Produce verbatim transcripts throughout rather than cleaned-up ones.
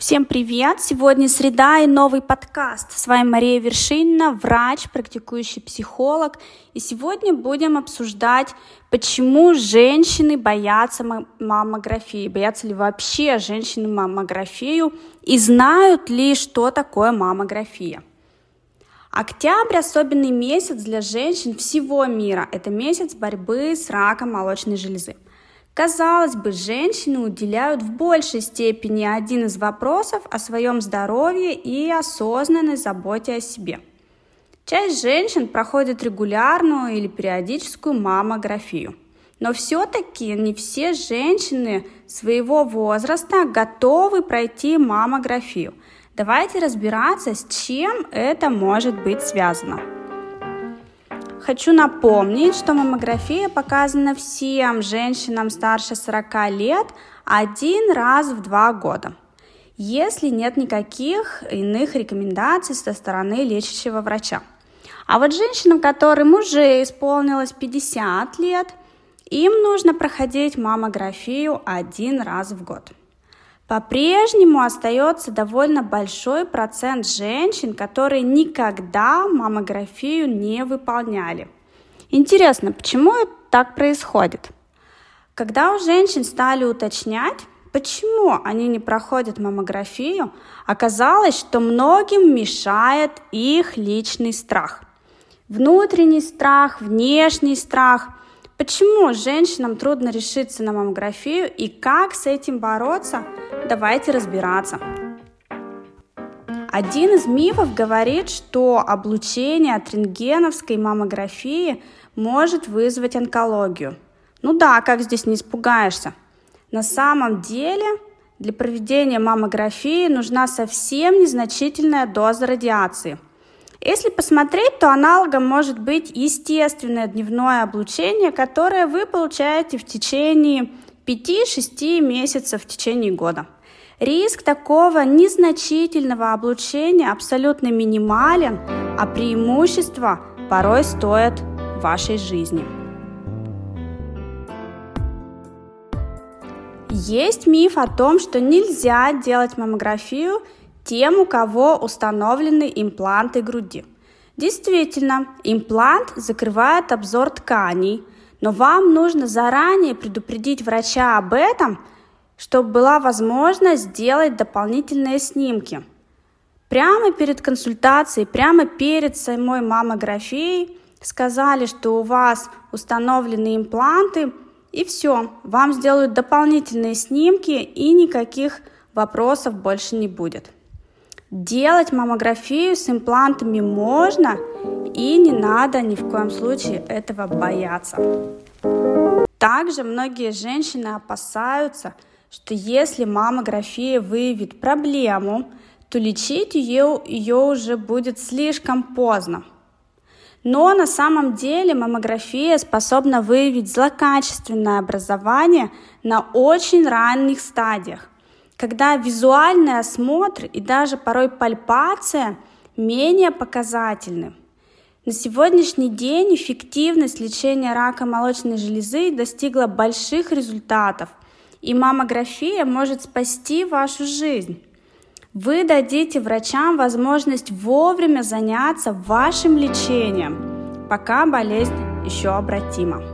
Всем привет! Сегодня среда и новый подкаст. С вами Мария Вершинина, врач, практикующий психолог. И сегодня будем обсуждать, почему женщины боятся маммографии. Боятся ли вообще женщины маммографию и знают ли, что такое маммография. Октябрь – особенный месяц для женщин всего мира. Это месяц борьбы с раком молочной железы. Казалось бы, женщины уделяют в большей степени один из вопросов о своем здоровье и осознанной заботе о себе. Часть женщин проходит регулярную или периодическую маммографию. Но все-таки не все женщины своего возраста готовы пройти маммографию. Давайте разбираться, с чем это может быть связано. Хочу напомнить, что маммография показана всем женщинам старше сорока лет один раз в два года, если нет никаких иных рекомендаций со стороны лечащего врача. А вот женщинам, которым уже исполнилось пятьдесят лет, им нужно проходить маммографию один раз в год. По-прежнему остается довольно большой процент женщин, которые никогда маммографию не выполняли. Интересно, почему так происходит? Когда у женщин стали уточнять, почему они не проходят маммографию, оказалось, что многим мешает их личный страх. Внутренний страх, внешний страх. Почему женщинам трудно решиться на маммографию и как с этим бороться? Давайте разбираться. Один из мифов говорит, что облучение от рентгеновской маммографии может вызвать онкологию. Ну да, как здесь не испугаешься? На самом деле для проведения маммографии нужна совсем незначительная доза радиации. Если посмотреть, то аналогом может быть естественное дневное облучение, которое вы получаете в течение пяти-шести месяцев в течение года. Риск такого незначительного облучения абсолютно минимален, а преимущества порой стоят вашей жизни. Есть миф о том, что нельзя делать маммографию тем, у кого установлены импланты груди. Действительно, имплант закрывает обзор тканей, но вам нужно заранее предупредить врача об этом, чтобы была возможность сделать дополнительные снимки. Прямо перед консультацией, прямо перед самой маммографией сказали, что у вас установлены импланты, и все, вам сделают дополнительные снимки, и никаких вопросов больше не будет. Делать маммографию с имплантами можно, и не надо ни в коем случае этого бояться. Также многие женщины опасаются, что если маммография выявит проблему, то лечить ее, ее уже будет слишком поздно. Но на самом деле маммография способна выявить злокачественное образование на очень ранних стадиях, когда визуальный осмотр и даже порой пальпация менее показательны. На сегодняшний день эффективность лечения рака молочной железы достигла больших результатов, и маммография может спасти вашу жизнь. Вы дадите врачам возможность вовремя заняться вашим лечением, пока болезнь еще обратима.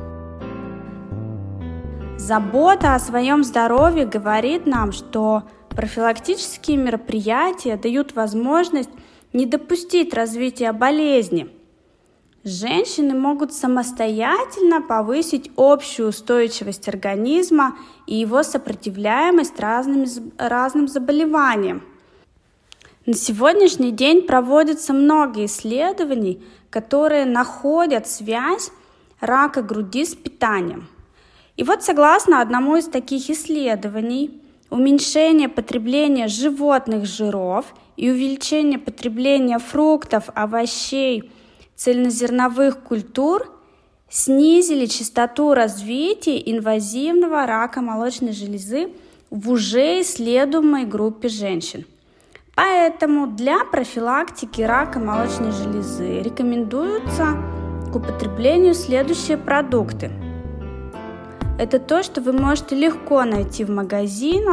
Забота о своем здоровье говорит нам, что профилактические мероприятия дают возможность не допустить развития болезни. Женщины могут самостоятельно повысить общую устойчивость организма и его сопротивляемость разным, разным заболеваниям. На сегодняшний день проводится много исследований, которые находят связь рака груди с питанием. И вот согласно одному из таких исследований, уменьшение потребления животных жиров и увеличение потребления фруктов, овощей, цельнозерновых культур снизили частоту развития инвазивного рака молочной железы в уже исследуемой группе женщин. Поэтому для профилактики рака молочной железы рекомендуются к употреблению следующие продукты. Это то, что вы можете легко найти в магазинах,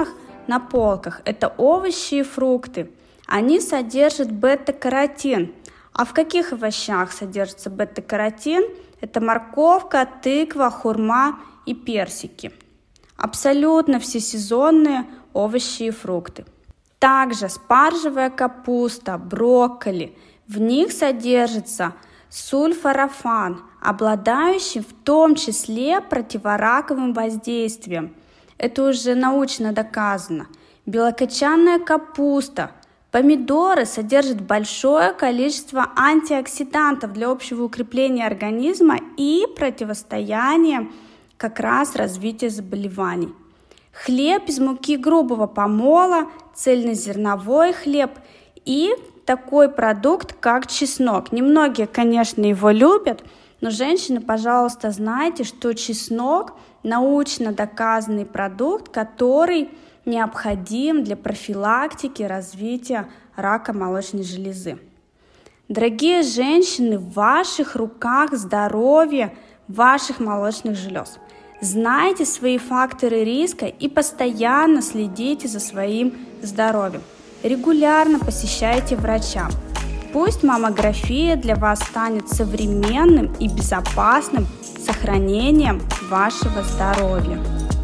на полках – это овощи и фрукты. Они содержат бета-каротин. А в каких овощах содержится бета-каротин? Это морковка, тыква, хурма и персики. Абсолютно всесезонные овощи и фрукты. Также спаржевая капуста, брокколи. В них содержится сульфорафан, обладающий в том числе противораковым воздействием. Это уже научно доказано. Белокочанная капуста, помидоры содержат большое количество антиоксидантов для общего укрепления организма и противостояния как раз развитию заболеваний. Хлеб из муки грубого помола, цельнозерновой хлеб и такой продукт, как чеснок. Немногие, конечно, его любят, но, женщины, пожалуйста, знайте, что чеснок – научно доказанный продукт, который необходим для профилактики развития рака молочной железы. Дорогие женщины, в ваших руках здоровье ваших молочных желез. Знайте свои факторы риска и постоянно следите за своим здоровьем. Регулярно посещайте врача. Пусть маммография для вас станет современным и безопасным сохранением вашего здоровья.